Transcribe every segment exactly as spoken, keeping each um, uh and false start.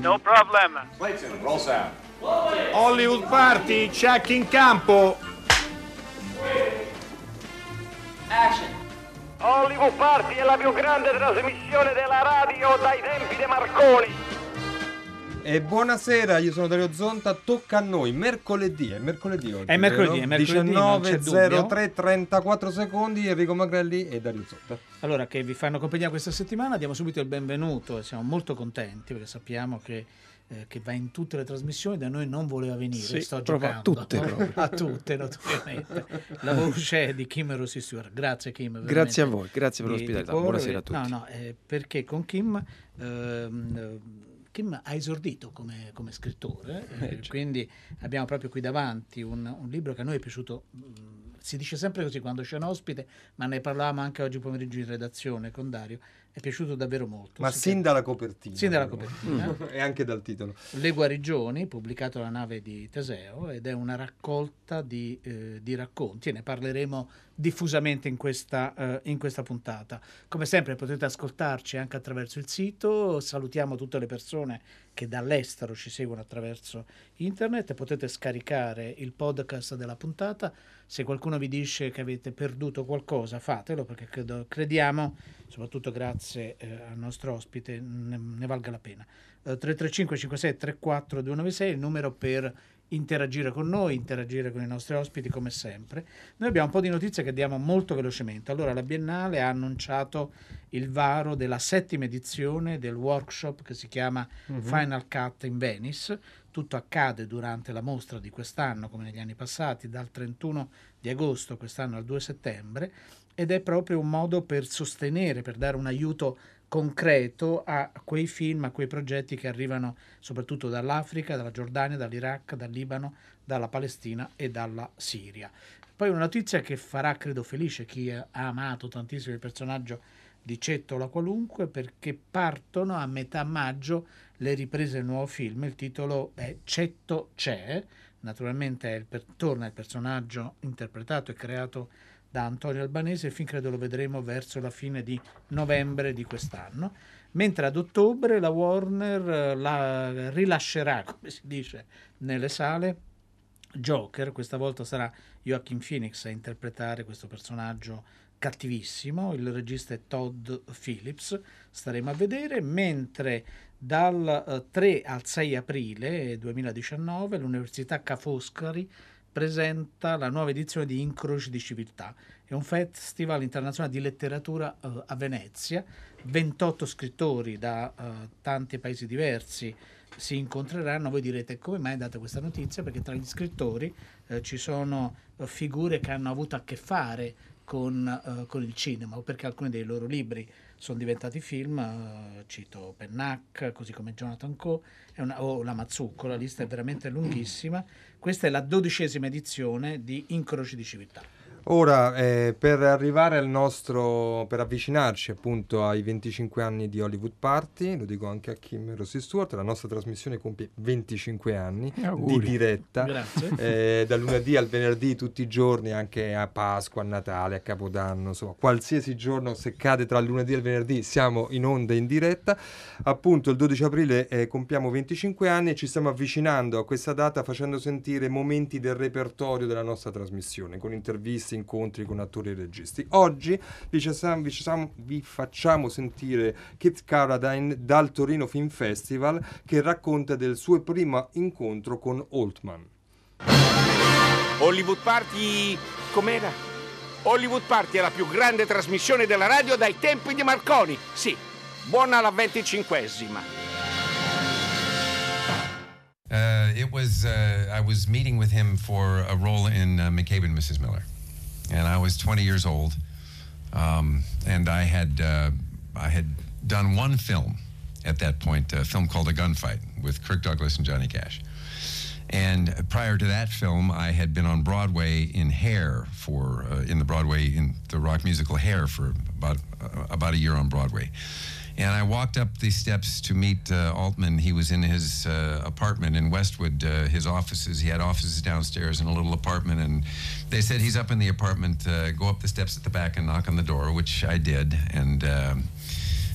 No problem. Clayton, roll sound. Hollywood Party, check in campo. Action. Hollywood Party è la più grande trasmissione della radio dai tempi dei Marconi. E buonasera, io sono Dario Zonta, tocca a noi, mercoledì, è mercoledì oggi. È mercoledì, è mercoledì, diciannove zero tre trentaquattro secondi, Enrico Magrelli e Dario Zonta. Allora, che vi fanno compagnia questa settimana, diamo subito il benvenuto e siamo molto contenti perché sappiamo che, eh, che va in tutte le trasmissioni, da noi non voleva venire, sì, sto giocando. A tutte, proprio. A tutte, naturalmente. La voce è di Kim Rossi Stewart. Grazie Kim. Grazie a voi, grazie per l'ospitalità, buonasera a tutti. No, no, eh, perché con Kim... Ehm, Kim ha esordito come, come scrittore, eh, quindi abbiamo proprio qui davanti un, un libro che a noi è piaciuto, mh, si dice sempre così quando c'è un ospite, ma ne parlavamo anche oggi pomeriggio in redazione con Dario, è piaciuto davvero molto. Ma si sin chiama, dalla copertina. Sin dalla copertina. Mm. E anche dal titolo. Le guarigioni, pubblicato La nave di Teseo, ed è una raccolta di, eh, di racconti e ne parleremo diffusamente in questa, eh, in questa puntata. Come sempre potete ascoltarci anche attraverso il sito, salutiamo tutte le persone che dall'estero ci seguono attraverso internet e potete scaricare il podcast della puntata. Se qualcuno vi dice che avete perduto qualcosa, fatelo, perché credo, crediamo, soprattutto grazie eh, al nostro ospite, ne, ne valga la pena. Uh, tre tre cinque cinque sei tre quattro due nove sei il numero per interagire con noi, interagire con i nostri ospiti come sempre. Noi abbiamo un po' di notizie che diamo molto velocemente. Allora, la Biennale ha annunciato il varo della settima edizione del workshop che si chiama uh-huh. Final Cut in Venice. Tutto accade durante la mostra di quest'anno, come negli anni passati, dal trentuno di agosto quest'anno al due settembre, ed è proprio un modo per sostenere, per dare un aiuto concreto a quei film, a quei progetti che arrivano soprattutto dall'Africa, dalla Giordania, dall'Iraq, dal Libano, dalla Palestina e dalla Siria. Poi una notizia che farà, credo, felice chi ha amato tantissimo il personaggio di Cetto la Qualunque, perché partono a metà maggio le riprese del nuovo film. Il titolo è Cetto c'è, naturalmente è il per- torna il personaggio interpretato e creato da Antonio Albanese, e fin credo lo vedremo verso la fine di novembre di quest'anno, mentre ad ottobre la Warner la rilascerà, come si dice, nelle sale Joker. Questa volta sarà Joaquin Phoenix a interpretare questo personaggio cattivissimo, il regista è Todd Phillips, staremo a vedere, mentre dal uh, tre al sei aprile duemiladiciannove l'Università Ca' Foscari presenta la nuova edizione di Incroci di Civiltà. È un festival internazionale di letteratura uh, a Venezia. ventotto scrittori da uh, tanti paesi diversi si incontreranno. Voi direte: come mai è data questa notizia? Perché tra gli scrittori uh, ci sono uh, figure che hanno avuto a che fare con, uh, con il cinema, o perché alcuni dei loro libri sono diventati film. Uh, cito Pennac, così come Jonathan Coe, è una, o la Mazzucco. La lista è veramente lunghissima. Questa è la dodicesima edizione di Incroci di Civiltà. Ora, eh, per arrivare al nostro, per avvicinarci appunto ai venticinque anni di Hollywood Party, lo dico anche a Kim Rossi Stewart, la nostra trasmissione compie venticinque anni Auguri. Di diretta, Grazie. eh, dal lunedì al venerdì, tutti i giorni, anche a Pasqua, a Natale, a Capodanno, insomma, qualsiasi giorno, se cade tra il lunedì e il venerdì, siamo in onda in diretta. Appunto il dodici aprile eh, compiamo venticinque anni e ci stiamo avvicinando a questa data facendo sentire momenti del repertorio della nostra trasmissione, con interviste, incontri con attori e registi. Oggi vi, facciamo, vi, facciamo, vi facciamo sentire Kit Carradine dal Torino Film Festival, che racconta del suo primo incontro con Altman. Hollywood Party com'era? Hollywood Party è la più grande trasmissione della radio dai tempi di Marconi. Sì, buona la venticinquesima. Uh, it was uh, I was meeting with him for a role in uh, McCabe and Missus Miller. And I was twenty years old, um, and I had uh, I had done one film at that point, a film called A Gunfight with Kirk Douglas and Johnny Cash. And prior to that film, I had been on Broadway in Hair for uh, in the Broadway in the rock musical Hair for about uh, about a year on Broadway. And I walked up the steps to meet uh, Altman. He was in his uh, apartment in Westwood, uh, his offices. He had offices downstairs in a little apartment, and they said, he's up in the apartment, uh, go up the steps at the back and knock on the door, which I did. And um,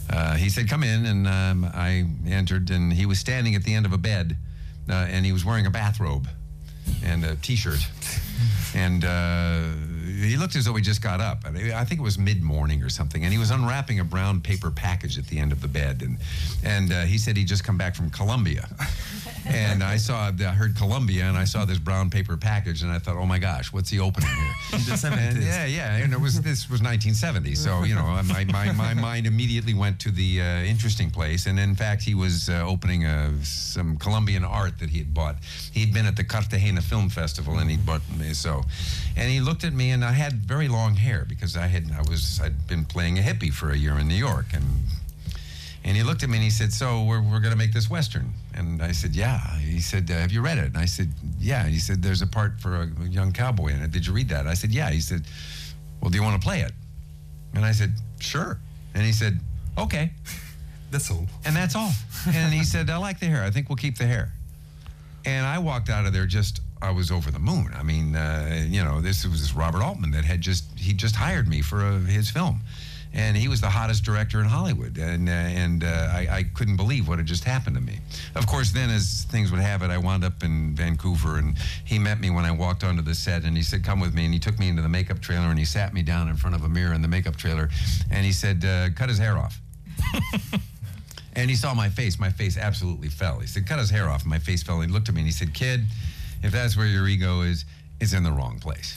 uh, he said, "Come in," and um, I entered, and he was standing at the end of a bed, uh, and he was wearing a bathrobe and a T-shirt, and uh, he looked as though he just got up. I think it was mid-morning or something, and he was unwrapping a brown paper package at the end of the bed, and and uh, he said he'd just come back from Colombia. And I saw, I heard Colombia, and I saw this brown paper package, and I thought, oh my gosh, what's he opening here? The seventies. Yeah, yeah, and it was this was nineteen seventy, so you know, my my, my mind immediately went to the uh, interesting place, and in fact, he was uh, opening a, some Colombian art that he had bought. He'd been at the Cartagena Film Festival, and he bought me so, and he looked at me, and I had very long hair because I had I was I'd been playing a hippie for a year in New York, and. And he looked at me and he said, "So we're we're going to make this Western." And I said, "Yeah." He said, uh, "Have you read it?" And I said, "Yeah." He said, "There's a part for a, a young cowboy in it. Did you read that?" I said, "Yeah." He said, "Well, do you want to play it?" And I said, "Sure." And he said, "Okay." That's all. And that's all. And he said, "I like the hair. I think we'll keep the hair." And I walked out of there just, I was over the moon. I mean, uh, you know, this was this Robert Altman that had just, he just hired me for a, his film. And he was the hottest director in Hollywood, and uh, and uh, I, I couldn't believe what had just happened to me. Of course, then as things would have it, I wound up in Vancouver, and he met me when I walked onto the set, and he said, "Come with me," and he took me into the makeup trailer, and he sat me down in front of a mirror in the makeup trailer, and he said, uh, "Cut his hair off." And he saw my face. My face absolutely fell. He said, "Cut his hair off." And my face fell. And he looked at me and he said, "Kid, if that's where your ego is, it's in the wrong place."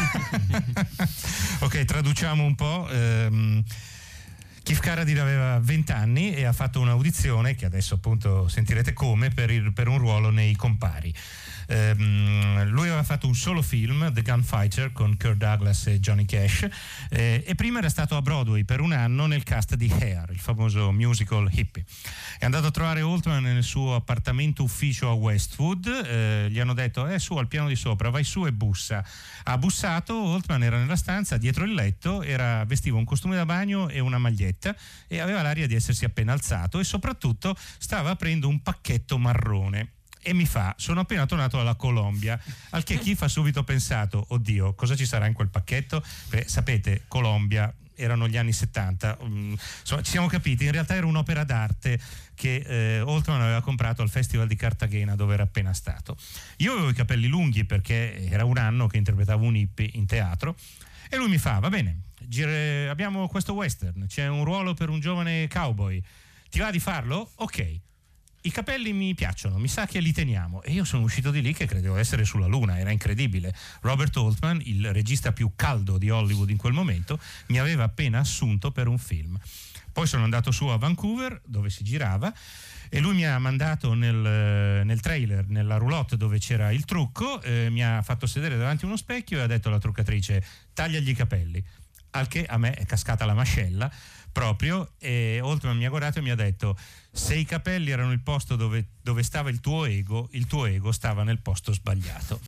Ok, traduciamo un po'. Um... Keith Carradine aveva venti anni e ha fatto un'audizione, che adesso appunto sentirete come, per, il, per un ruolo nei Compari. Um, lui aveva fatto un solo film, The Gunfighter, con Kirk Douglas e Johnny Cash, eh, e prima era stato a Broadway per un anno nel cast di Hair, il famoso musical hippie. È andato a trovare Altman nel suo appartamento ufficio a Westwood, eh, gli hanno detto: è su al piano di sopra, vai su e bussa. Ha bussato, Altman era nella stanza dietro il letto, era, vestiva un costume da bagno e una maglietta e aveva l'aria di essersi appena alzato, e soprattutto stava aprendo un pacchetto marrone. E mi fa: sono appena tornato dalla Colombia. Al che Keith ha subito pensato: oddio, cosa ci sarà in quel pacchetto? Perché sapete, Colombia, erano gli anni settanta, um, insomma, ci siamo capiti, in realtà era un'opera d'arte che eh, Altman aveva comprato al Festival di Cartagena, dove era appena stato. Io avevo i capelli lunghi perché era un anno che interpretavo un hippie in teatro, e lui mi fa: va bene, gire, abbiamo questo western, c'è un ruolo per un giovane cowboy, ti va di farlo? Ok. I capelli mi piacciono, mi sa che li teniamo. E io sono uscito di lì che credevo essere sulla luna, era incredibile. Robert Altman, il regista più caldo di Hollywood in quel momento, mi aveva appena assunto per un film. Poi sono andato su a Vancouver, dove si girava, e lui mi ha mandato nel, nel trailer, nella roulotte dove c'era il trucco, eh, mi ha fatto sedere davanti a uno specchio e ha detto alla truccatrice: tagliagli i capelli. Al che a me è cascata la mascella proprio, e Altman mi ha guardato e mi ha detto: se i capelli erano il posto dove, dove stava il tuo ego, il tuo ego stava nel posto sbagliato.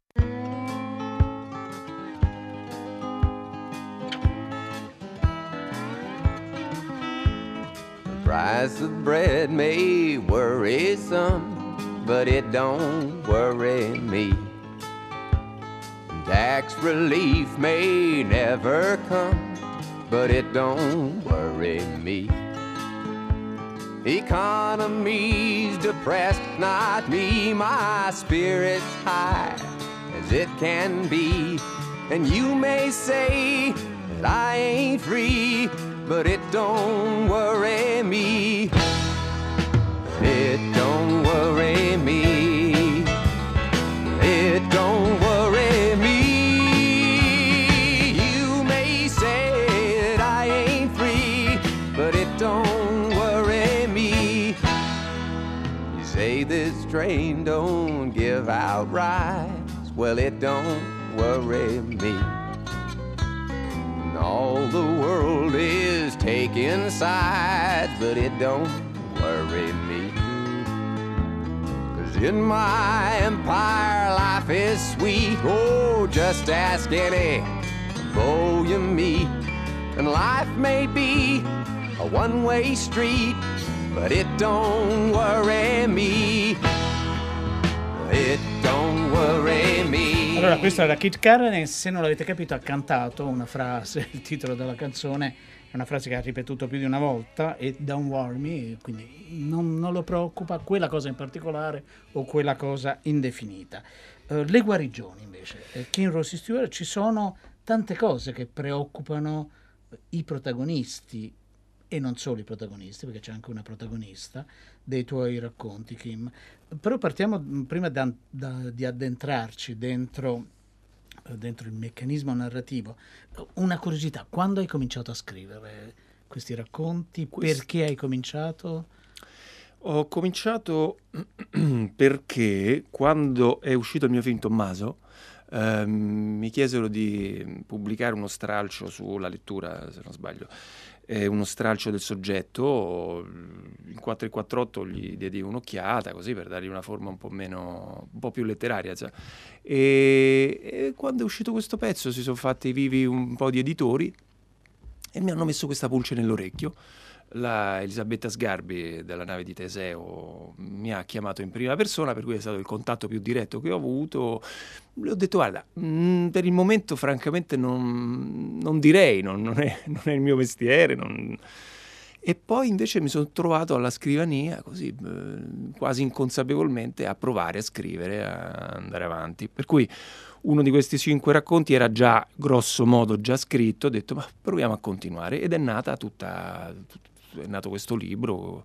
The price of bread may worry some, but it don't worry me. Tax relief may never come, but it don't worry me. Economy's depressed, not me. My spirit's high as it can be. And you may say that I ain't free, but it don't worry me. It don't worry me. It don't worry me. You may say that I ain't free, but it don't worry me. You say this train don't give out rides, well, it don't worry me. And all the world is taking sides, but it don't worry me. 'Cause in my empire life is sweet. Oh, just ask any beau you meet. And life may be a one-way street, but it don't worry me. It don't worry me. Allora, questo era Kit Carradine. Se non l'avete capito, ha cantato una frase, il titolo della canzone è una frase che ha ripetuto più di una volta, e don't worry me, quindi non, non lo preoccupa quella cosa in particolare o quella cosa indefinita. Uh, le guarigioni invece, eh, Kim Rossi Stewart, ci sono tante cose che preoccupano i protagonisti, e non solo i protagonisti, perché c'è anche una protagonista dei tuoi racconti, Kim. Però partiamo prima da, da, di addentrarci dentro, dentro il meccanismo narrativo. Una curiosità: quando hai cominciato a scrivere questi racconti? Questo... Perché hai cominciato? Ho cominciato perché quando è uscito il mio film Tommaso, eh, mi chiesero di pubblicare uno stralcio sulla lettura, se non sbaglio, eh, uno stralcio del soggetto. In quattro e quarantotto gli diedi un'occhiata, così, per dargli una forma un po' meno, un po' più letteraria, cioè. e, e quando è uscito questo pezzo si sono fatti vivi un po' di editori e mi hanno messo questa pulce nell'orecchio. La Elisabetta Sgarbi della Nave di Teseo mi ha chiamato in prima persona, per cui è stato il contatto più diretto che ho avuto. Le ho detto: guarda, mh, per il momento francamente non, non direi, non, non, è, non è il mio mestiere. Non... E poi invece mi sono trovato alla scrivania, così eh, quasi inconsapevolmente, a provare a scrivere, a andare avanti. Per cui uno di questi cinque racconti era già grosso modo già scritto. Ho detto: ma proviamo a continuare, ed è nata tutta... tutta è nato questo libro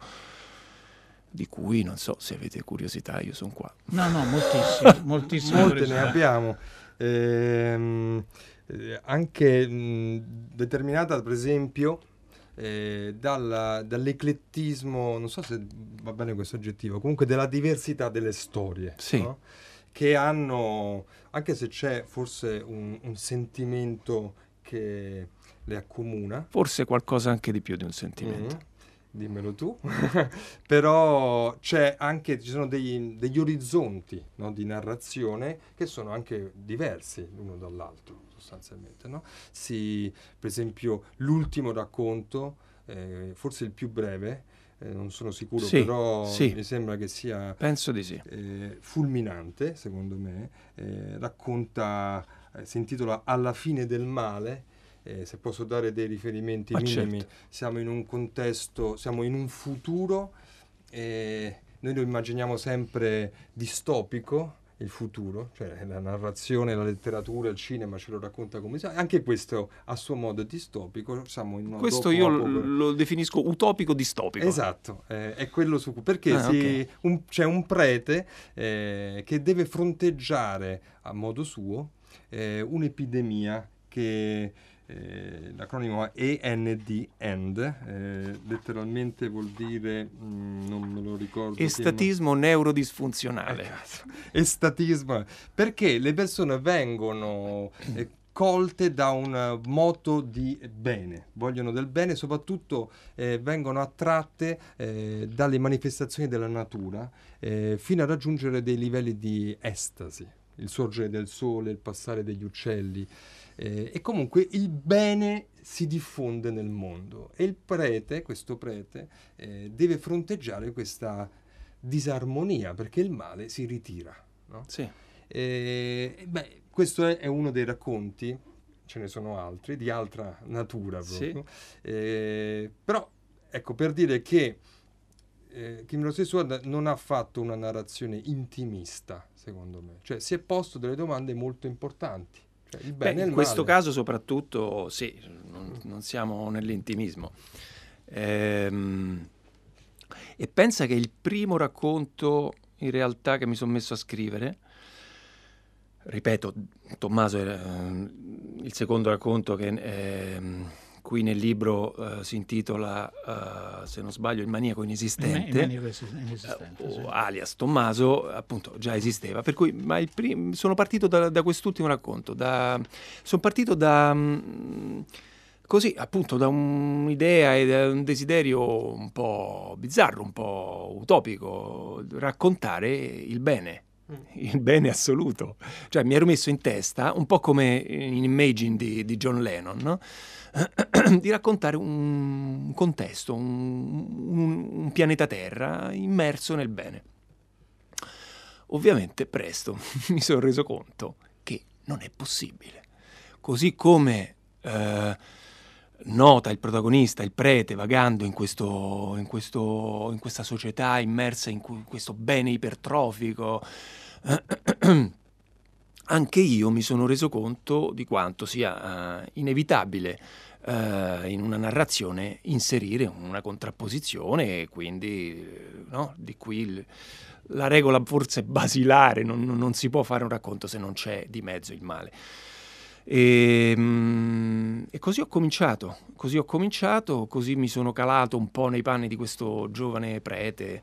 di cui non so se avete curiosità, io sono qua. No, no, moltissimo, moltissimo. Molte ne abbiamo. Ehm, eh, anche mh, determinata, per esempio, eh, dalla, dall'eclettismo, non so se va bene questo aggettivo, comunque della diversità delle storie, sì. no? Che hanno, anche se c'è forse un, un sentimento che le accomuna, forse qualcosa anche di più di un sentimento, mm, dimmelo tu, però c'è anche, ci sono degli, degli orizzonti, no, di narrazione che sono anche diversi l'uno dall'altro sostanzialmente, no? Si, per esempio l'ultimo racconto, eh, forse il più breve, eh, non sono sicuro, sì, però sì. mi sembra che sia, penso di sì, eh, fulminante secondo me, eh, racconta, eh, si intitola Alla fine del male. Eh, se posso dare dei riferimenti Ma minimi, certo. Siamo in un contesto, siamo in un futuro, eh, noi lo immaginiamo sempre distopico, il futuro, cioè la narrazione, la letteratura, il cinema ce lo racconta come sia, anche questo a suo modo è distopico. Siamo in questo dopo, io dopo, l- lo definisco utopico distopico. Esatto, eh, è quello su cui, perché ah, si, okay. un, c'è un prete eh, che deve fronteggiare a modo suo eh, un'epidemia che Eh, l'acronimo è E N D, END, eh, letteralmente vuol dire, mh, non me lo ricordo. Estatismo ma... neurodisfunzionale. Eh, estatismo, perché le persone vengono eh, colte da un moto di bene, vogliono del bene, soprattutto eh, vengono attratte eh, dalle manifestazioni della natura eh, fino a raggiungere dei livelli di estasi, il sorgere del sole, il passare degli uccelli. Eh, e comunque il bene si diffonde nel mondo e il prete, questo prete, eh, deve fronteggiare questa disarmonia perché il male si ritira, no? Sì. Eh, beh, questo è, è uno dei racconti, ce ne sono altri di altra natura proprio. Sì. Eh, però ecco, per dire che eh, Kim Rossi Stewart non ha fatto una narrazione intimista, secondo me, cioè si è posto delle domande molto importanti. Cioè, il bene Beh, e il in questo male. caso soprattutto sì, non, non siamo nell'intimismo. Ehm, e pensa che il primo racconto in realtà che mi sono messo a scrivere, ripeto, Tommaso era eh, il secondo racconto che eh, qui nel libro uh, si intitola, uh, se non sbaglio, Il maniaco inesistente, Il maniaco inesistente uh, sì. alias Tommaso, appunto già esisteva, per cui ma il prim- sono partito da, da quest'ultimo racconto, da, sono partito da mh, così appunto da un'idea e da un desiderio un po' bizzarro, un po' utopico, raccontare il bene. Il bene assoluto, cioè mi ero messo in testa, un po' come in Imagine di, di John Lennon, no? Di raccontare un contesto, un, un, un pianeta Terra immerso nel bene. Ovviamente presto mi sono reso conto che non è possibile, così come eh, nota il protagonista, il prete, vagando in, questo, in, questo, in questa società immersa in, in questo bene ipertrofico, anche io mi sono reso conto di quanto sia uh, inevitabile uh, in una narrazione inserire una contrapposizione, e quindi no, di qui il, la regola forse basilare, non, non si può fare un racconto se non c'è di mezzo il male. E, e così ho cominciato, così ho cominciato, così mi sono calato un po' nei panni di questo giovane prete,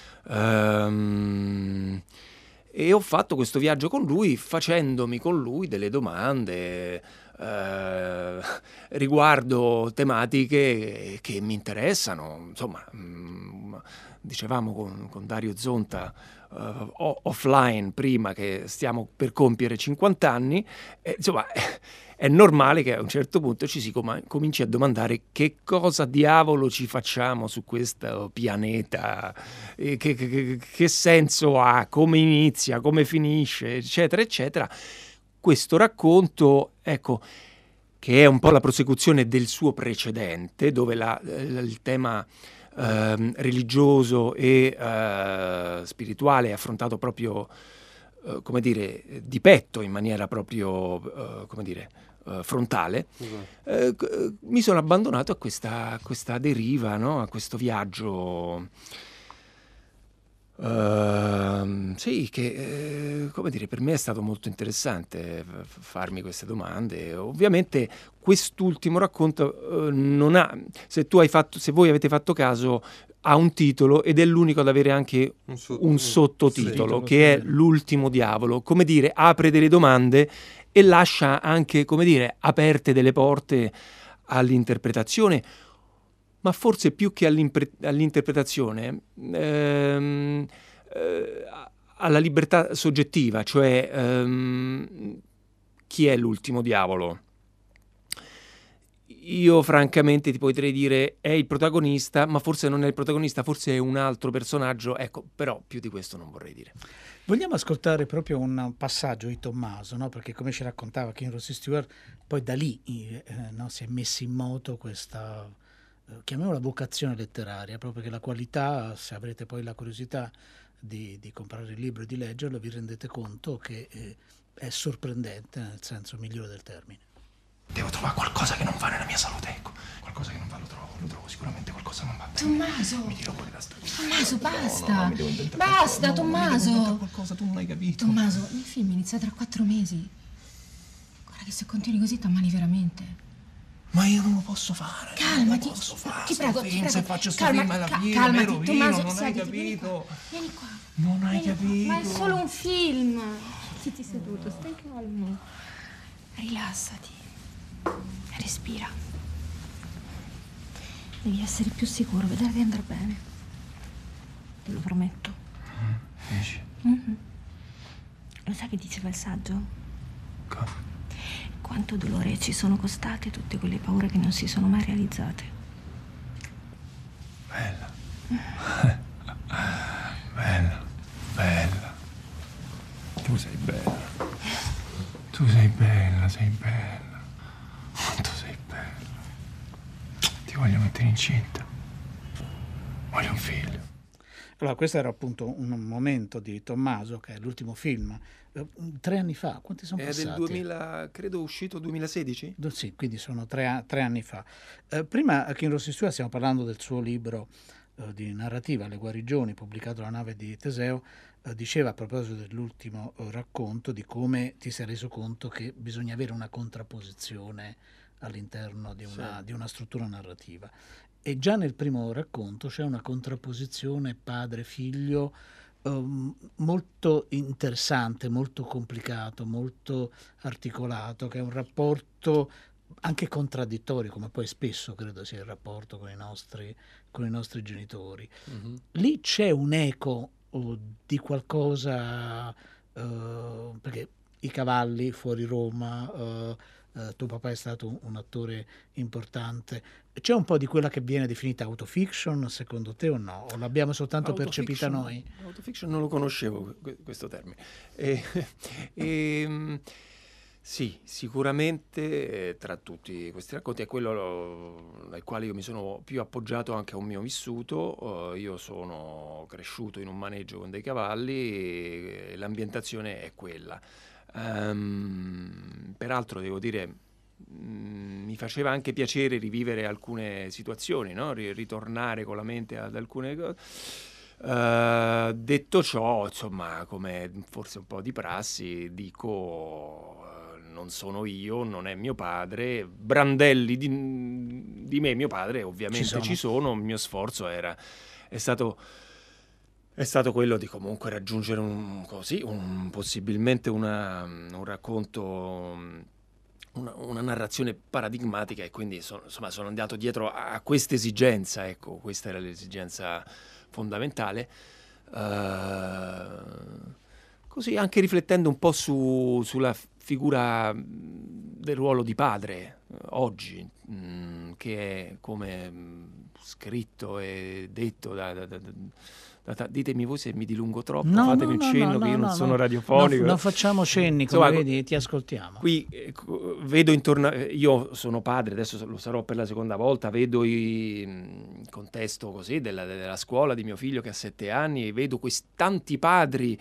um, e ho fatto questo viaggio con lui, facendomi con lui delle domande uh, riguardo tematiche che mi interessano. Insomma, um, dicevamo con, con Dario Zonta Uh, offline prima, che stiamo per compiere cinquanta anni, eh, insomma è, è normale che a un certo punto ci si com- cominci a domandare che cosa diavolo ci facciamo su questo pianeta, eh, che, che, che senso ha, come inizia, come finisce, eccetera eccetera. Questo racconto, ecco, che è un po' la prosecuzione del suo precedente, dove la, il tema Uh, religioso e uh, spirituale è affrontato proprio, uh, come dire, di petto, in maniera proprio, uh, come dire, uh, frontale. Uh, uh, mi sono abbandonato a questa, a questa deriva, no? A questo viaggio, uh, sì, che, uh, come dire, per me è stato molto interessante farmi queste domande. Ovviamente quest'ultimo racconto uh, non ha, se tu hai fatto, se voi avete fatto caso, ha un titolo ed è l'unico ad avere anche un, sotto, un sottotitolo, sì, che è L'ultimo diavolo. Come dire, apre delle domande e lascia anche, come dire, aperte delle porte all'interpretazione, ma forse più che all'interpretazione, ehm, eh, alla libertà soggettiva, cioè ehm, chi è l'ultimo diavolo? Io francamente ti potrei dire è il protagonista, ma forse non è il protagonista, forse è un altro personaggio, ecco, però più di questo non vorrei dire. Vogliamo ascoltare proprio un passaggio di Tommaso, no? Perché come ci raccontava Kim Rossi Stewart, poi da lì eh, no? si è messa in moto questa, eh, chiamiamola vocazione letteraria, proprio che la qualità, se avrete poi la curiosità di, di comprare il libro e di leggerlo, vi rendete conto che eh, è sorprendente nel senso migliore del termine. Devo trovare qualcosa che non va nella mia salute, ecco. Qualcosa che non va lo trovo, lo trovo, sicuramente qualcosa non va bene. Tommaso! Mi tiro fuori da sta vita. Tommaso, basta! No, no, no, mi devo inventare basta, qualcosa. Tommaso! No, mi devo inventare qualcosa, tu non hai capito. Tommaso, il film inizia tra quattro mesi. Guarda che se continui così t'ammali veramente. Ma io non lo posso fare. Calmati, non lo posso fare. ti prego, ti film, prego. Se faccio sto Calma, film alla ca- fine, calmati, mi rovino, Tommaso, non siediti, hai capito. Vieni qua. Non hai vieni capito. Qua. Ma è solo un film. Zitti seduto, stai calmo. Rilassati. Respira. Devi essere più sicuro, vedere di andare bene. Te lo prometto. Mm, dici? Mm-hmm. Lo sai che diceva il saggio? Cosa? Quanto dolore ci sono costate tutte quelle paure che non si sono mai realizzate. Bella. Bella. Bella. Tu sei bella. Tu sei bella, sei bella. Quanto sei bella. Ti voglio mettere incinta. Voglio un figlio. Allora, questo era appunto un momento di Tommaso, che è l'ultimo film, eh, tre anni fa. Quanti sono è passati? È del duemila, credo uscito duemilasedici? Do, sì, quindi sono tre, tre anni fa. Eh, prima, Kim Rossi Stewart, stiamo parlando del suo libro eh, di narrativa, Le guarigioni, pubblicato La nave di Teseo. Eh, diceva a proposito dell'ultimo eh, racconto di come ti sei reso conto che bisogna avere una contrapposizione all'interno di una, sì. di una struttura narrativa. E già nel primo racconto c'è una contrapposizione padre-figlio um, molto interessante, molto complicato, molto articolato, che è un rapporto anche contraddittorio, come poi spesso credo sia il rapporto con i nostri, con i nostri genitori. Mm-hmm. Lì c'è un eco uh, di qualcosa, uh, perché i cavalli fuori Roma, uh, Uh, tuo papà è stato un, un attore importante. C'è un po' di quella che viene definita autofiction, secondo te, o no? O l'abbiamo soltanto percepita noi? Autofiction non lo conoscevo questo termine. E, e, Sì, sicuramente eh, tra tutti questi racconti è quello lo- dal quale io mi sono più appoggiato anche a un mio vissuto. Eh, io sono cresciuto in un maneggio con dei cavalli e l'ambientazione è quella. Ehm, peraltro devo dire, mh, mi faceva anche piacere rivivere alcune situazioni, no? Ri- ritornare con la mente ad alcune cose. Eh, detto ciò, insomma, come forse un po' di prassi, dico, eh, non sono io, non è mio padre, brandelli di, di me, mio padre, ovviamente Ci sono. ci sono, il mio sforzo era, è stato, è stato quello di comunque raggiungere un, così, un, possibilmente una, un racconto, una, una narrazione paradigmatica, e quindi sono, insomma, sono andato dietro a, a questa esigenza, ecco, questa era l'esigenza fondamentale. Eh, così anche riflettendo un po' su, sulla figura mh, del ruolo di padre eh, oggi, mh, che è come mh, scritto e detto da, da, da, da- da- ditemi voi se mi dilungo troppo, No, fatemi no, un no, cenno no, che io no, non no, sono no. radiofonico. Non, non facciamo cenni, come Insomma, vedi, ti ascoltiamo. Qui eh, co- vedo intorno, a- io sono padre, adesso lo sarò per la seconda volta, vedo i- il contesto così della, della scuola di mio figlio che ha sette anni, e vedo questi tanti padri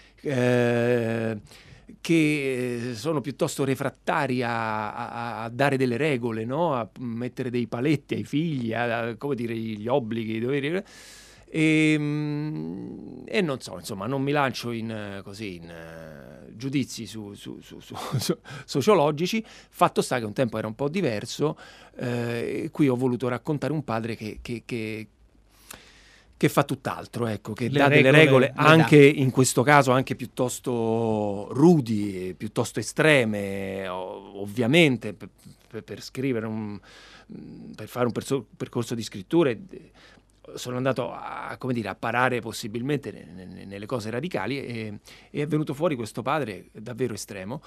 eh, che sono piuttosto refrattari a, a- a dare delle regole, no? A mettere dei paletti ai figli, a, a- come dire, gli obblighi, i doveri. E, mm, e non so, insomma, non mi lancio in, eh, così, in eh, giudizi su, su- su- su- su- sociologici. Fatto sta che un tempo era un po' diverso, eh, e qui ho voluto raccontare un padre che, che- che- che fa tutt'altro, ecco, che Le dà delle regole regole le dà. anche in questo caso anche piuttosto rudi, piuttosto estreme, o- ovviamente per, per- per scrivere un, per fare un perso- percorso di scrittura. eh, Sono andato a, come dire, a parare possibilmente ne- ne- nelle cose radicali, e, e è venuto fuori questo padre davvero estremo.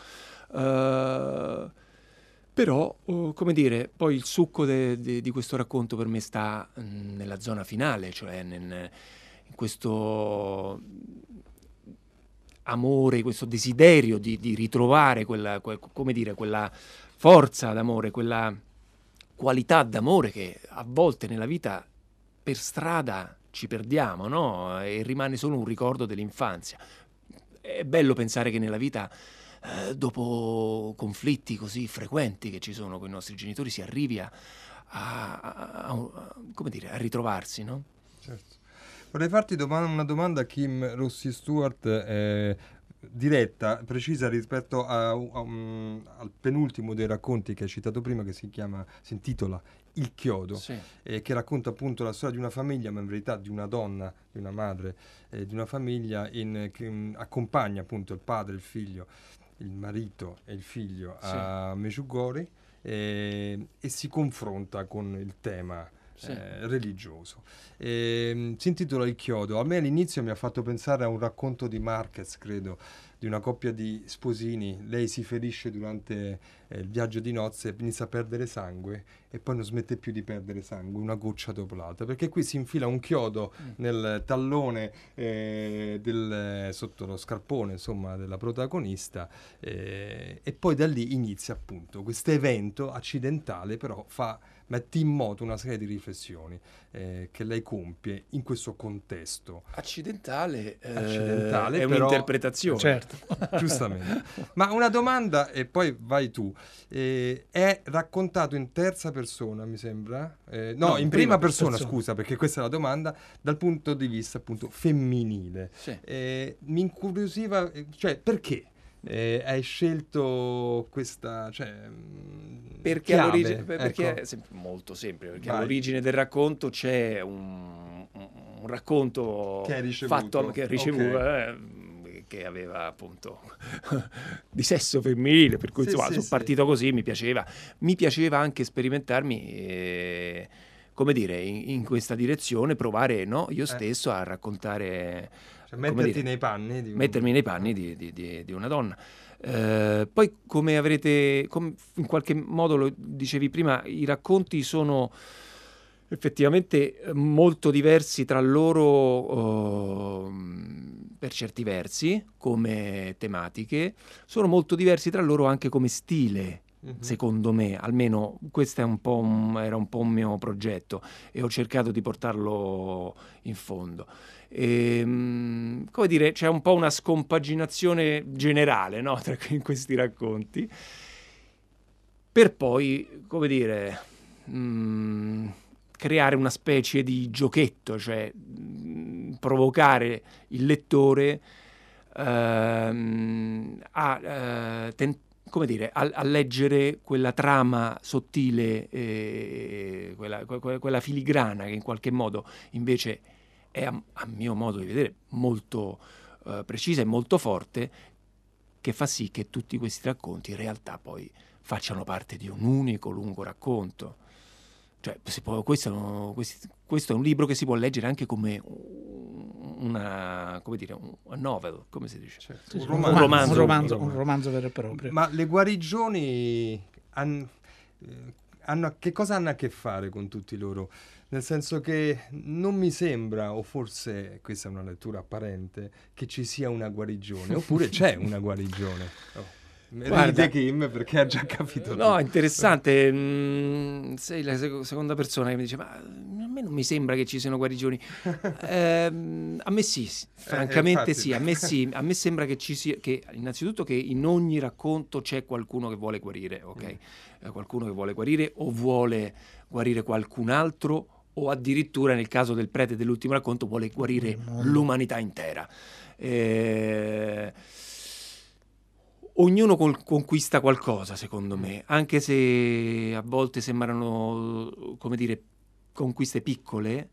Eh, però, oh, come dire, poi il succo de- de- di questo racconto per me sta mm, nella zona finale, cioè nel- in questo amore, questo desiderio di, di ritrovare quella, quel- come dire, quella forza d'amore, quella qualità d'amore che a volte nella vita per strada ci perdiamo, no? E rimane solo un ricordo dell'infanzia. È bello pensare che nella vita, eh, dopo conflitti così frequenti che ci sono con i nostri genitori, si arrivi a, a- a- a- come dire, a ritrovarsi, no? Certo. Vorrei farti doma- una domanda, Kim Rossi Stewart, eh, diretta, precisa rispetto a, a un- al penultimo dei racconti che hai citato prima, che si chiama, si intitola Il chiodo, Sì. eh, che racconta appunto la storia di una famiglia, ma in verità di una donna, di una madre, eh, di una famiglia in- che mm, accompagna appunto il padre, il figlio, il marito e il figlio Sì. a Medjugorje, eh, e si confronta con il tema Sì. eh, religioso. Ehm, si intitola Il chiodo. A me all'inizio mi ha fatto pensare a un racconto di Marquez, credo, di una coppia di sposini. Lei si ferisce durante eh, il viaggio di nozze, inizia a perdere sangue e poi non smette più di perdere sangue, una goccia dopo l'altra, perché qui si infila un chiodo nel tallone, eh, del, sotto lo scarpone, insomma, della protagonista, eh, e poi da lì inizia appunto questo evento accidentale, però fa mette in moto una serie di riflessioni eh, che lei compie in questo contesto Accidentale, eh, accidentale, è però- un'interpretazione. Certo. giustamente. Ma una domanda, e poi vai tu. Eh, è raccontato in terza persona, mi sembra? Eh, no, No, in in prima, prima persona, persona. scusa, perché questa è la domanda, dal punto di vista appunto femminile. Sì. Eh, mi incuriosiva, eh, cioè, perché eh, hai scelto questa, cioè, mh, Perché, chiave? all'origine, perché Ecco. è sem- molto semplice, perché Vai. all'origine del racconto c'è un, un- un racconto Che hai ricevuto. fatto che ha ricevuto, Ok. eh, che aveva appunto di sesso femminile, per cui Sì, insomma sì, sono sì. partito così, mi piaceva. Mi piaceva anche sperimentarmi, eh, come dire, in, in questa direzione, provare, no, io stesso a raccontare, Cioè, come metterti dire, nei panni di un- mettermi nei panni di, di- di- di una donna. Eh, poi, come avrete, com- in qualche modo lo dicevi prima, i racconti sono effettivamente molto diversi tra loro uh, per certi versi, come tematiche, sono molto diversi tra loro anche come stile, mm-hmm. secondo me, almeno questo è un po' un, era un po' un mio progetto e ho cercato di portarlo in fondo. E, come dire, c'è un po' una scompaginazione generale, no? Tra in questi racconti, per poi, come dire, mh, creare una specie di giochetto, cioè mh, provocare il lettore ehm, a, eh, ten- come dire, a, a leggere quella trama sottile, eh, quella, que- quella filigrana che in qualche modo invece è, a, a mio modo di vedere, molto eh, precisa e molto forte, che fa sì che tutti questi racconti in realtà poi facciano parte di un unico lungo racconto. Cioè, si può, questo, questo, questo è un libro che si può leggere anche come una, come dire, un novel, come si dice? Certo, un, romanzo, un, romanzo, un, romanzo, un romanzo vero e proprio. Ma le guarigioni hanno, hanno, che cosa hanno a che fare con tutti loro? Nel senso che non mi sembra, o forse questa è una lettura apparente, che ci sia una guarigione, oppure c'è una guarigione. Oh. Guarda, Kim, perché ha già capito. No, tutto. Interessante. Mm, sei la sec- seconda persona che mi dice: ma a me non mi sembra che ci siano guarigioni. eh, a me sì, francamente eh, sì. A me sì. A me sembra che ci sia, che innanzitutto che in ogni racconto c'è qualcuno che vuole guarire, ok? Mm. Eh, qualcuno che vuole guarire o vuole guarire qualcun altro, o addirittura nel caso del prete dell'ultimo racconto vuole guarire mm. l'umanità intera. Eh, Ognuno col- conquista qualcosa, secondo me, anche se a volte sembrano, come dire, conquiste piccole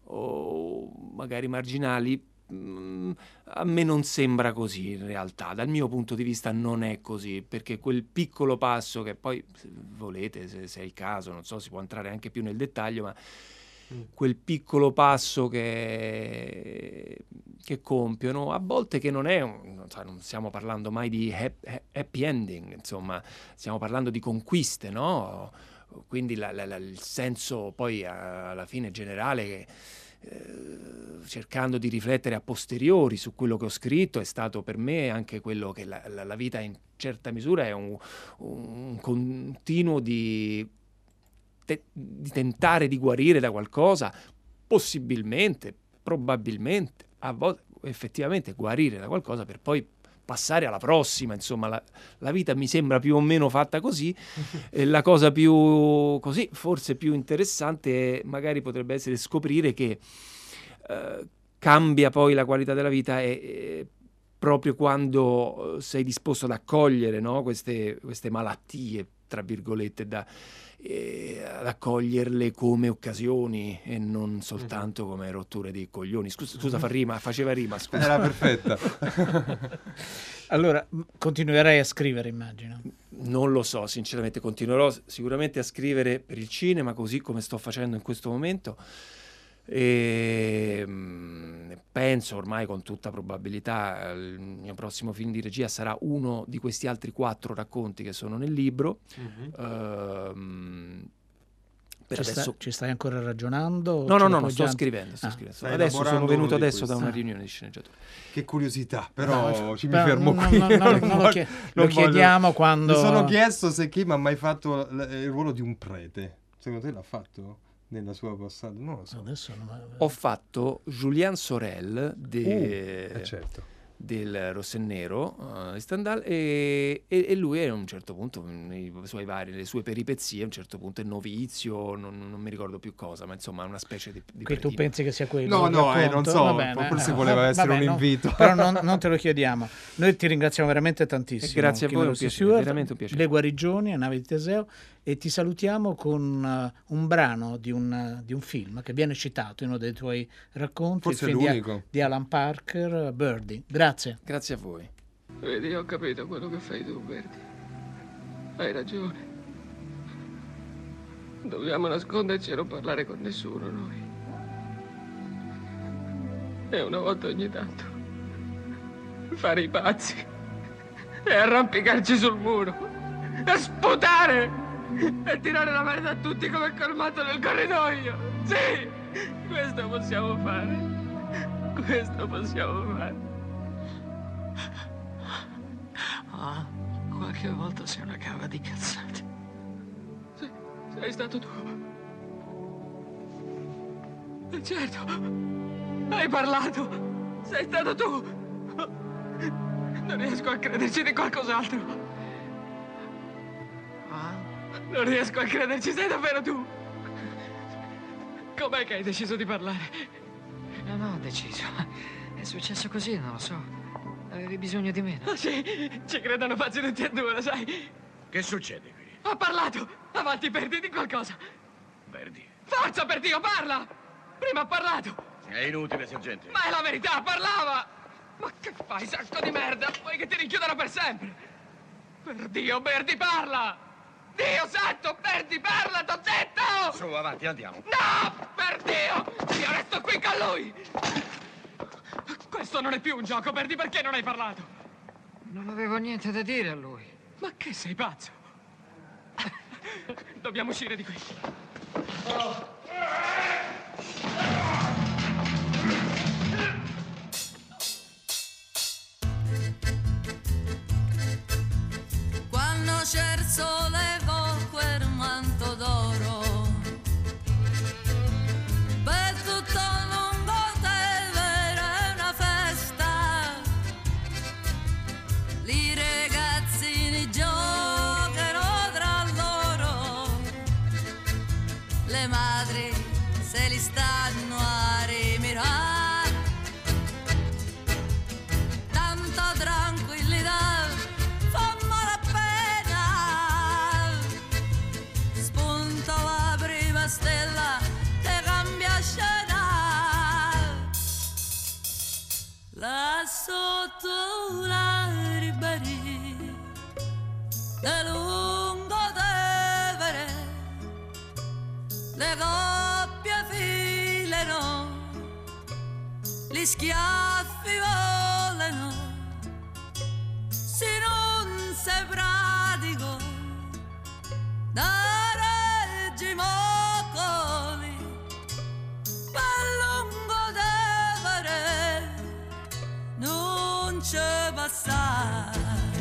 o magari marginali. Mh, a me non sembra così in realtà, dal mio punto di vista non è così, perché quel piccolo passo che poi, se volete, se, se è il caso, non so, si può entrare anche più nel dettaglio, ma quel piccolo passo che, che compiono, a volte che non è, un, non, so, non stiamo parlando mai di happy ending, insomma, stiamo parlando di conquiste, no? Quindi la, la, la, il senso poi alla fine generale che, eh, cercando di riflettere a posteriori su quello che ho scritto, è stato per me anche quello che la, la, la vita in certa misura è un, un continuo di di tentare di guarire da qualcosa, possibilmente, probabilmente, a volte effettivamente guarire da qualcosa per poi passare alla prossima. Insomma, la, la vita mi sembra più o meno fatta così. E la cosa più così, forse più interessante, magari potrebbe essere scoprire che eh, cambia poi la qualità della vita e, e proprio quando sei disposto ad accogliere, no? queste, queste malattie, tra virgolette, da E ad accoglierle come occasioni e non soltanto mm-hmm. come rotture di coglioni. Scusa, scusa fa rima, faceva rima, scusa. Era perfetta. Allora, continuerai a scrivere, immagino. Non lo so, sinceramente continuerò sicuramente a scrivere per il cinema, così come sto facendo in questo momento. E mh, penso ormai con tutta probabilità il mio prossimo film di regia sarà uno di questi altri quattro racconti che sono nel libro. Mm-hmm. uh, per ci, adesso... sta, ci stai ancora ragionando? No, no, no, no, sto già... scrivendo, sto ah. scrivendo. Adesso sono venuto adesso da una riunione di sceneggiatori. Che curiosità, però no, ci però mi fermo no, qui. No, no, no, non lo, chied- lo chiediamo quando... Mi sono chiesto se Kim ha mai fatto l- il ruolo di un prete. Secondo te l'ha fatto? Nella sua passata? Non lo so. Adesso non... Ho fatto Julien Sorel de... uh, eh certo. del Rossennero uh, di Stendhal e, e, e lui a un certo punto nei suoi vari, le sue peripezie a un certo punto è novizio, non, non mi ricordo più cosa, ma insomma è una specie di, di qui tu pensi che sia quello? No, no, eh, non so, bene, forse eh, voleva no, essere vabbè, un invito. No, però non, non te lo chiediamo. Noi ti ringraziamo veramente tantissimo. E grazie a voi, un piacere, veramente un piacere. Le guarigioni a Nave di Teseo, e ti salutiamo con uh, un brano di un, uh, di un film che viene citato in uno dei tuoi racconti, forse il film l'unico. Di, di Alan Parker, Birdie. Grazie. Grazie a voi. Vedi, ho capito quello che fai tu, Birdie. Hai ragione. Dobbiamo nasconderci e non parlare con nessuno, noi. E una volta ogni tanto fare i pazzi e arrampicarci sul muro e sputare e tirare la merda a tutti come colmato nel corridoio. Sì, questo possiamo fare. Questo possiamo fare. Ah, qualche volta sei una cava di cazzate. Sei, sei stato tu. E certo, hai parlato. Sei stato tu. Non riesco a crederci di qualcos'altro. Ah? Non riesco a crederci, sei davvero tu. Com'è che hai deciso di parlare? No, no, ho deciso. È successo così, non lo so. Avevi bisogno di me, no? Ah, sì, ci credono facci tutti e due, lo sai? Che succede qui? Ha parlato! Avanti, perdi di qualcosa! Verdi. Forza, per Dio, parla! Prima ha parlato! È inutile, sergente. Ma è la verità, parlava! Ma che fai, sacco di merda? Vuoi che ti rinchiudano per sempre? Per Dio, Berti, parla! Dio santo, Berti, parla, t'ho detto! Su, avanti, andiamo. No! Per Dio! Io resto qui con lui! Questo non è più un gioco, Berti, perché non hai parlato? Non avevo niente da dire a lui. Ma che sei pazzo? Dobbiamo uscire di qui. Quando c'è il sole con quel manto d'oro, per tutto il lungo Tevere è una festa, i ragazzini giocano tra loro, le madri se li stanno a rimirare, tanta tranquillità fa malapena, spunta la prima stella che cambia scena, là sotto la ribaria del lungo Tevere le coppie filano, gli schiaffi volano, se non sei pratico da Reggi Moccoli per lungo Tevere non c'è passare.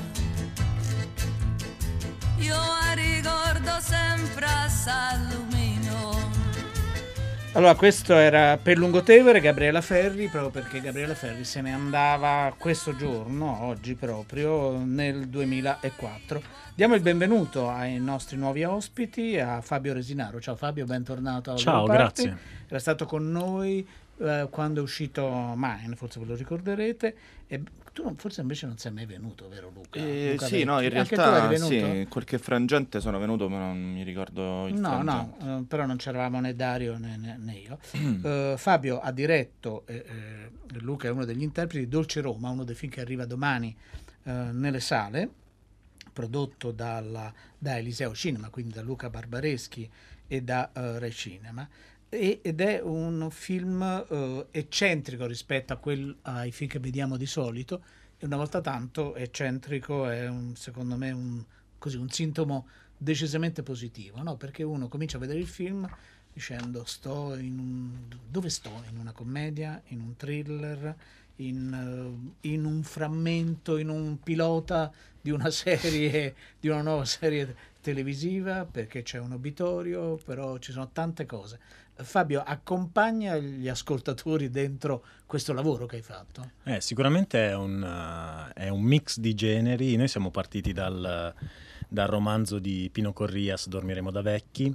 Io ricordo sempre a San Lumino. Allora, questo era Per Lungotevere, Gabriela Ferri, proprio perché Gabriela Ferri se ne andava questo giorno, oggi proprio, nel duemilaquattro. Diamo il benvenuto ai nostri nuovi ospiti, a Fabio Resinaro. Ciao Fabio, bentornato a Ciao, Leopardi. grazie. Era stato con noi eh, quando è uscito Mine, forse ve lo ricorderete, e tu non, forse invece non sei mai venuto, vero Luca? Eh, Luca sì, no, in Vecchi? Anche tu eri realtà venuto? sì, in qualche frangente sono venuto, ma non mi ricordo il No, frangente. no, eh, però non c'eravamo né Dario né, né, né io. Eh, Fabio ha diretto, eh, eh, Luca è uno degli interpreti, Dolce Roma, uno dei film che arriva domani eh, nelle sale, prodotto dalla, da Eliseo Cinema, quindi da Luca Barbareschi e da uh, Rai Cinema, e, ed è un film uh, eccentrico rispetto a quel, ai film che vediamo di solito, e una volta tanto eccentrico è un, secondo me un, così, un sintomo decisamente positivo, no? Perché uno comincia a vedere il film dicendo sto in un, dove sto? In una commedia, in un thriller, in, uh, in un frammento, in un pilota di una serie, di una nuova serie televisiva, perché c'è un obitorio, però ci sono tante cose. Fabio, accompagna gli ascoltatori dentro questo lavoro che hai fatto? Eh, sicuramente è un, uh, è un mix di generi. Noi siamo partiti dal, dal romanzo di Pino Corrias, Dormiremo da vecchi,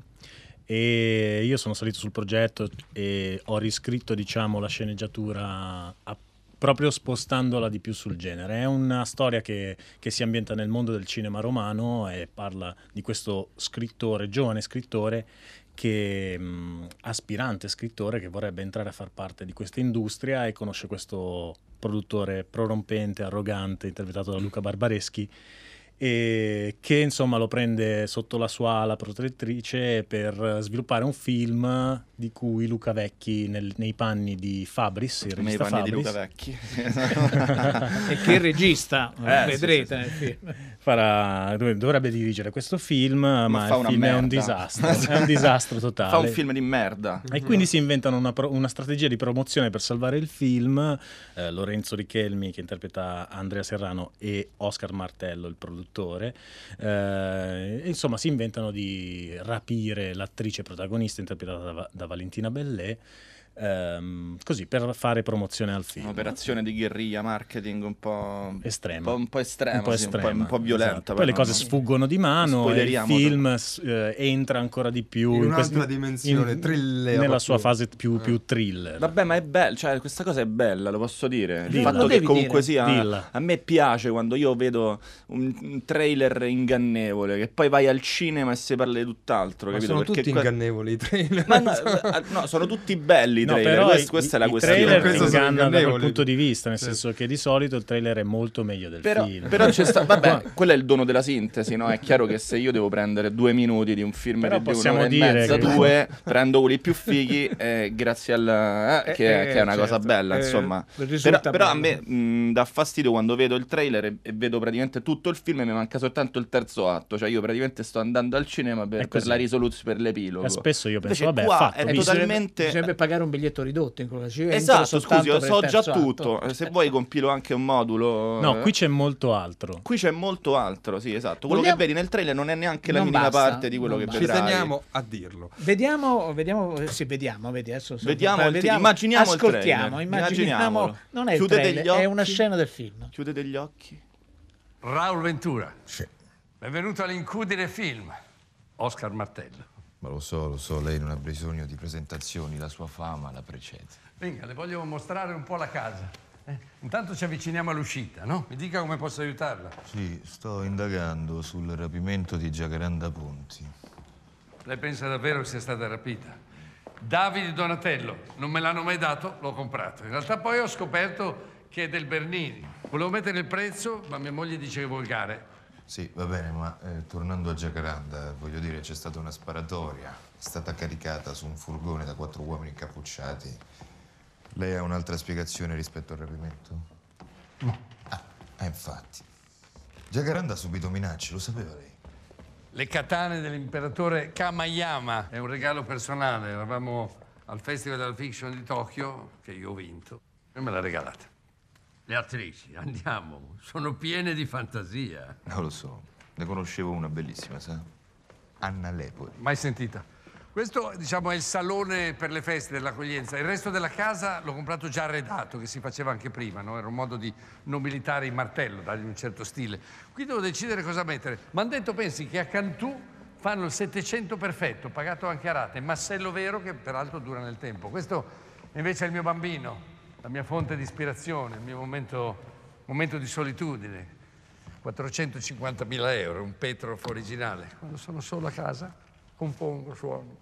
e io sono salito sul progetto e ho riscritto, diciamo, la sceneggiatura a proprio spostandola di più sul genere. È una storia che, che si ambienta nel mondo del cinema romano e parla di questo scrittore, giovane scrittore, che mh, aspirante scrittore che vorrebbe entrare a far parte di questa industria, e conosce questo produttore prorompente, arrogante, interpretato da Luca Barbareschi, e che insomma lo prende sotto la sua ala protettrice per sviluppare un film di cui Luca Vecchi nel, nei panni di Fabris, il nei regista panni Fabris, di Luca Vecchi e che il regista Eh, vedrete sì, nel sì, sì. film. farà, dov- dovrebbe dirigere questo film, ma, fa il una film è un merda. disastro, è un disastro totale. Fa un film di merda. E quindi si inventano una, pro- una strategia di promozione per salvare il film. eh, Lorenzo Richelmi, che interpreta Andrea Serrano, e Oscar Martello, il produttore. Eh, insomma, si inventano di rapire l'attrice protagonista interpretata da, Va- da Valentina Bellè, ehm, così per fare promozione al film. Un'operazione di guerriglia marketing un po' estrema, un po', un po' estrema, un po' sì, estrema, un po', un po' violenta. esatto. Poi le però, cose no? sfuggono di mano e il Spoileriamo film eh, entra ancora di più In quest- un'altra dimensione, thriller nella proprio. sua fase più, più thriller. Vabbè, ma è bello, cioè questa cosa è bella, lo posso dire. Il Dilla. fatto Lo che devi comunque dire. sia Dilla. a me piace quando io vedo un, un trailer ingannevole, che poi vai al cinema e si parla di tutt'altro, Ma capito? sono Perché tutti que- ingannevoli i trailer. Ma no, eh, no, sono tutti belli i No, trailer, però quest- i- questa è la i questione. trailer Questo sono ingannano da quel ingannevoli. punto di vista, nel Sì. senso che di solito il trailer è molto meglio del Però, film. però c'è sta- vabbè, quello è il dono della sintesi, no? È chiaro che se io devo prendere due minuti di un film Però di possiamo un'ora e dire mezza, che- due, prendo quelli più fighi, eh, grazie al eh, Eh, che, eh, che è una certo. cosa bella, Eh, insomma. risulta Però, però a bello. me mh, dà fastidio quando vedo il trailer e, e vedo praticamente tutto il film e mi manca soltanto il terzo atto, cioè io praticamente sto andando al cinema per, È per così. la risoluzione, per l'epilogo. E spesso io penso, Invece vabbè, qua fatto, è visto. totalmente... Bisognerebbe pagare un biglietto ridotto in quello che ci entro Esatto, soltanto scusi, io per so il già terzo tutto. atto. Se vuoi compilo anche un modulo. No, eh. qui c'è molto altro. Qui c'è molto altro, sì, esatto. Quello Vogliamo- che vedi nel trailer non è neanche la Non minima basta, parte di quello non che basta. Ci vedrai. teniamo a dirlo. Vediamo, vediamo, eh, sì, vediamo, vedi, adesso, Vediamo il- vediamo, immaginiamo il ascoltiamo, trailer, immaginiamo, immaginiamolo. non è il Chiudete trailer, gli è una occhi. scena del film. Chiudete gli occhi. Raul Ventura. Sì. Benvenuto all'Incudine Film. Oscar Martello. Ma lo so, lo so, lei non ha bisogno di presentazioni, la sua fama la precede. Venga, le voglio mostrare un po' la casa. Eh, intanto ci avviciniamo all'uscita, no? Mi dica come posso aiutarla. Sì, sto indagando sul rapimento di Giacaranda Ponti. Lei pensa davvero che sia stata rapita? Davide Donatello, non me l'hanno mai dato, l'ho comprato. In realtà poi ho scoperto che è del Bernini. Volevo mettere il prezzo, ma mia moglie dice che è volgare. Sì, va bene, ma eh, tornando a Giacaranda, voglio dire, c'è stata una sparatoria. È stata caricata su un furgone da quattro uomini incappucciati. Lei ha un'altra spiegazione rispetto al rapimento? No. Ah, eh, infatti. Giacaranda ha subito minacce, lo sapeva lei? Le katane dell'imperatore Kamayama è un regalo personale. Eravamo al Festival della Fiction di Tokyo, che io ho vinto, e me l'ha regalata. Le attrici, andiamo, sono piene di fantasia. Non lo so, ne conoscevo una bellissima, sa? Anna Lepori. Mai sentita. Questo, diciamo, è il salone per le feste dell'accoglienza. Il resto della casa l'ho comprato già arredato, che si faceva anche prima, no? Era un modo di nobilitare il martello, dargli un certo stile. Qui devo decidere cosa mettere. Mi hanno detto, pensi, che a Cantù fanno il Settecento perfetto, pagato anche a rate, massello vero che peraltro dura nel tempo. Questo invece è il mio bambino, la mia fonte di ispirazione, il mio momento, momento di solitudine. quattrocentocinquantamila euro, un Petrof originale. Quando sono solo a casa, compongo, suono.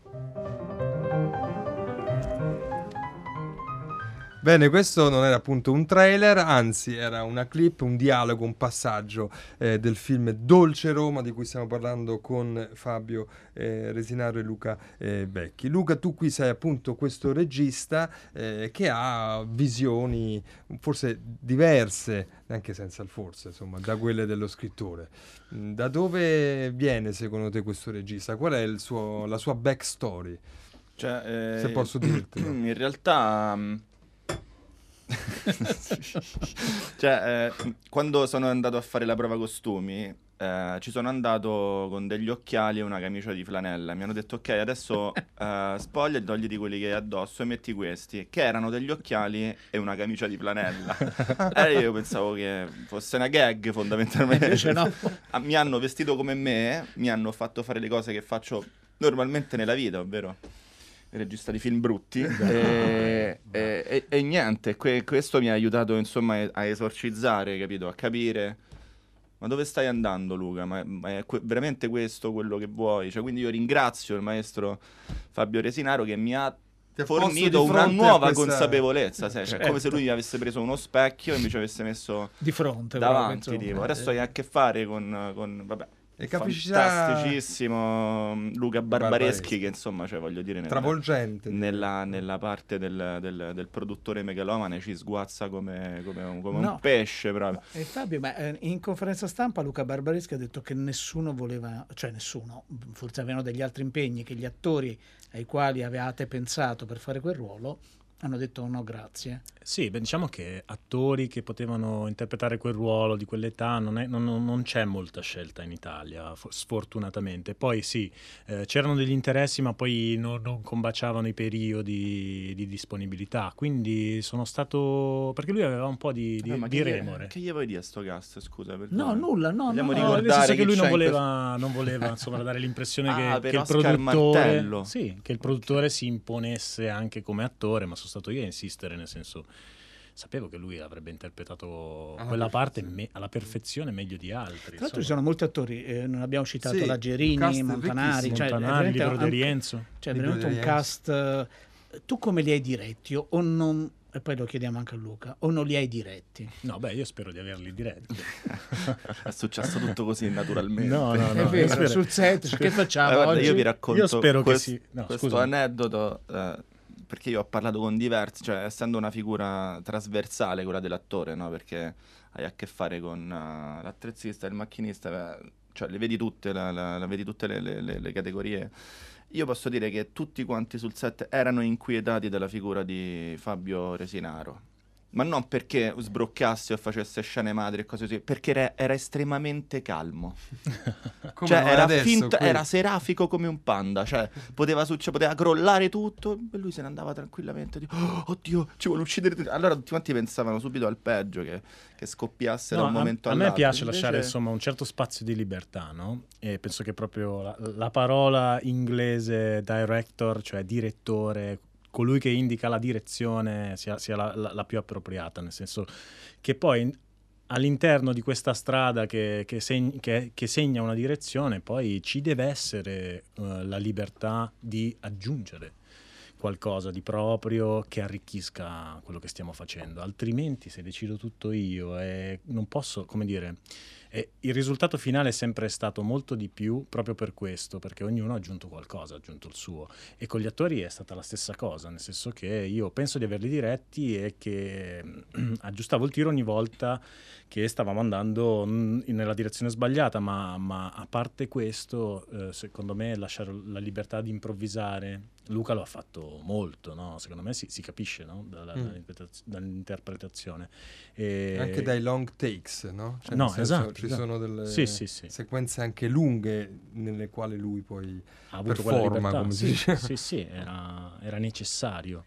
Bene, questo non era appunto un trailer, anzi era una clip, un dialogo, un passaggio eh, del film Dolce Roma, di cui stiamo parlando con Fabio eh, Resinaro e Luca eh, Vecchi. Luca, tu qui sei appunto questo regista eh, che ha visioni forse diverse, anche senza il forse, insomma, da quelle dello scrittore. Da dove viene secondo te questo regista? Qual è il suo, la sua backstory? Cioè, eh, se posso dirti. In realtà... um, cioè, eh, quando sono andato a fare la prova costumi, eh, ci sono andato con degli occhiali e una camicia di flanella. Mi hanno detto, ok, adesso eh, spogliati, togliti quelli che hai addosso e metti questi, che erano degli occhiali e una camicia di flanella. E io pensavo che fosse una gag, fondamentalmente. Invece no. Ah, mi hanno vestito come me, mi hanno fatto fare le cose che faccio normalmente nella vita, ovvero regista di film brutti e, e, e, e niente, que, questo mi ha aiutato insomma a esorcizzare, capito, a capire ma dove stai andando, Luca, ma, ma è que- veramente questo quello che vuoi, cioè, quindi io ringrazio il maestro Fabio Resinaro che mi ha Ti ha posto fornito di una fronte a nuova questa- consapevolezza, sai, cioè, Certo. come se lui avesse preso uno specchio e invece avesse messo Di fronte, davanti, proprio, tipo. insomma. Adesso hai a che fare con, con vabbè, E capacità- fantasticissimo Luca Barbareschi, che insomma, cioè, voglio dire, nella, Travolgente. nella, nella parte del, del, del produttore megalomane ci sguazza come, come, un, come No. un pesce proprio. E Fabio, ma eh, in conferenza stampa Luca Barbareschi ha detto che nessuno voleva, cioè nessuno, forse avevano degli altri impegni, che gli attori ai quali avevate pensato per fare quel ruolo hanno detto no grazie. Sì, beh, diciamo che attori che potevano interpretare quel ruolo di quell'età non, è- non- non- non c'è molta scelta in Italia, fo- sfortunatamente. Poi sì, eh, c'erano degli interessi, ma poi non, non combaciavano i periodi di disponibilità. Quindi sono stato... perché lui aveva un po' di, di, Eh, ma di che, remore. Che gli vuoi dire a sto cast, scusa? No, nulla, no, Vogliamo no, No, nel ricordare senso che lui non c'è in questo- voleva, non voleva insomma, dare l'impressione che, Ah, per che il Oscar produttore, Martello. sì, che il produttore si imponesse anche come attore, ma sono stato io a insistere, nel senso, sapevo che lui avrebbe interpretato Alla quella parte me- alla perfezione meglio di altri. Tra l'altro insomma. ci sono molti attori, eh, non abbiamo citato Sì, la un Gerini, cast Montanari, ricchissimo. cioè, è Montanari, veramente Libero un- De Rienzo. Cioè, è Libero veramente De un Rienzo. cast. eh, Tu come li hai diretti o non? E poi lo chiediamo anche a Luca, o non li hai diretti? No, beh, io spero di averli diretti. È successo tutto così naturalmente. No, no, no. È vero, spero- sul set, che facciamo Eh, guarda, oggi? io vi racconto Io spero che quest- sì. No, questo scusami. aneddoto, eh, perché io ho parlato con diversi, cioè essendo una figura trasversale quella dell'attore, no? Perché hai a che fare con uh, l'attrezzista, il macchinista, eh, cioè le vedi tutte, la, la- la vedi tutte le, le- le- le categorie. Io posso dire che tutti quanti sul set erano inquietati dalla figura di Fabio Resinaro. Ma non perché sbroccasse o facesse scene madri e cose così, perché era, era estremamente calmo. Come Cioè non è era, adesso, finta- qui. era serafico come un panda, cioè poteva, succe- poteva crollare tutto e lui se ne andava tranquillamente, tipo, "Oh, oddio, ci vuole uccidere tutti". Allora tutti quanti pensavano subito al peggio, che, che scoppiasse No, da un a- momento a, all'altro. me piace Invece- lasciare insomma un certo spazio di libertà, no? E penso che proprio la, la parola inglese director, cioè direttore, colui che indica la direzione, sia, sia la, la- la più appropriata, nel senso che poi all'interno di questa strada che, che, seg- che- che segna una direzione, poi ci deve essere eh, la libertà di aggiungere qualcosa di proprio che arricchisca quello che stiamo facendo, altrimenti se decido tutto io e non posso, come dire, e il risultato finale è sempre stato molto di più proprio per questo, perché ognuno ha aggiunto qualcosa, ha aggiunto il suo, e con gli attori è stata la stessa cosa, nel senso che io penso di averli diretti e che aggiustavo il tiro ogni volta che stavamo andando mm, nella direzione sbagliata, ma, ma a parte questo, eh, secondo me lasciare la libertà di improvvisare, Luca lo ha fatto molto, no? Secondo me si, si capisce, no? Dalla- Mm. dall'interpretaz- dall'interpretazione. E... Anche dai long takes, no? Cioè, No, nel senso, esatto, ci esatto. sono delle Sì, sì, sì. sequenze anche lunghe nelle quali lui poi ha avuto quella performa, libertà. come sì, si dice. sì, sì, era, era necessario.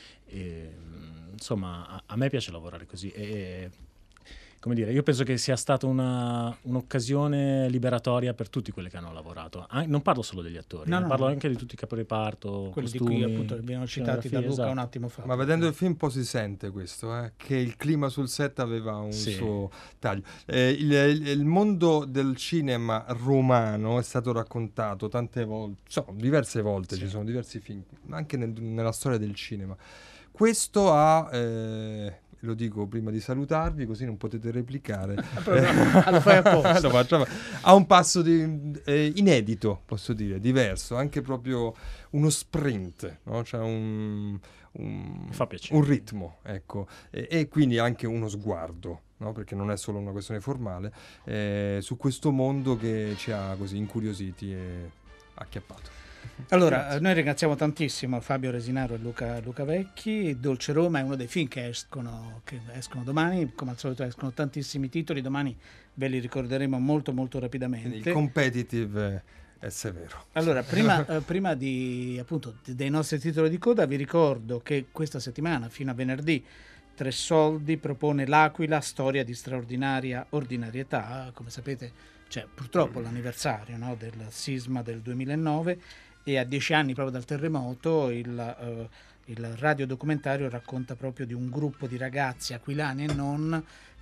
E, mh, insomma, a, a me piace lavorare così. E, come dire, io penso che sia stata una, un'occasione liberatoria per tutti quelli che hanno lavorato. An- non parlo solo degli attori, No, eh, no, parlo no. anche di tutti i caporeparto, Quelli di costumi, cui appunto abbiamo citati da scenografia, Luca esatto. un attimo fa. Ma vedendo il film un po' si sente questo, eh, che il clima sul set aveva un Sì. suo taglio. Eh, il, il- il mondo del cinema romano è stato raccontato tante volte, insomma, diverse volte, ci sono diversi film, anche nel- nella storia del cinema. Questo ha... eh, lo dico prima di salutarvi, così non potete replicare. Ah, lo fai apposta. Lo faccio- ha un passo di, eh, inedito, posso dire, diverso, anche proprio uno sprint, no? C'è un, un, Fa piacere. un ritmo, ecco, e, e quindi anche uno sguardo, no? Perché non è solo una questione formale, eh, su questo mondo che ci ha così incuriositi e acchiappato. Allora, Grazie. noi ringraziamo tantissimo Fabio Resinaro e Luca, Luca Vecchi. Dolce Roma è uno dei film che escono, che escono domani, come al solito escono tantissimi titoli, domani ve li ricorderemo molto molto Quindi rapidamente. il competitive è severo. Allora, prima, eh, prima di, appunto, d- dei nostri titoli di coda, vi ricordo che questa settimana, fino a venerdì, Tre Soldi propone L'Aquila, storia di straordinaria ordinarietà. Come sapete, c'è purtroppo l'anniversario, no, del sisma del duemilanove, e a dieci anni proprio dal terremoto il, eh, il radiodocumentario racconta proprio di un gruppo di ragazzi aquilani e non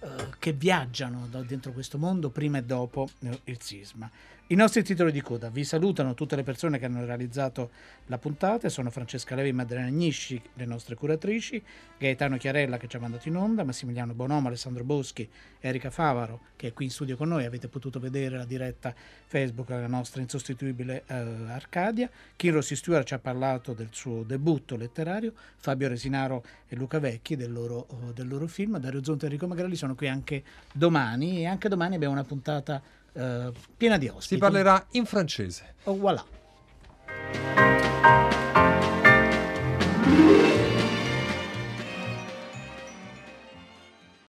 eh, che viaggiano da dentro questo mondo prima e dopo eh, il sisma. I nostri titoli di coda: vi salutano tutte le persone che hanno realizzato la puntata, sono Francesca Levi e Maddalena Agnisci, le nostre curatrici, Gaetano Chiarella che ci ha mandato in onda, Massimiliano Bonomo, Alessandro Boschi, Erika Favaro che è qui in studio con noi, avete potuto vedere la diretta Facebook della nostra insostituibile eh, Arcadia. Kim Rossi Stewart ci ha parlato del suo debutto letterario, Fabio Resinaro e Luca Vecchi del loro, oh, del loro film, Dario Zonta e Enrico Magrelli sono qui anche domani, e anche domani abbiamo una puntata Uh, piena di ospiti. Si parlerà in francese. Oh, voilà.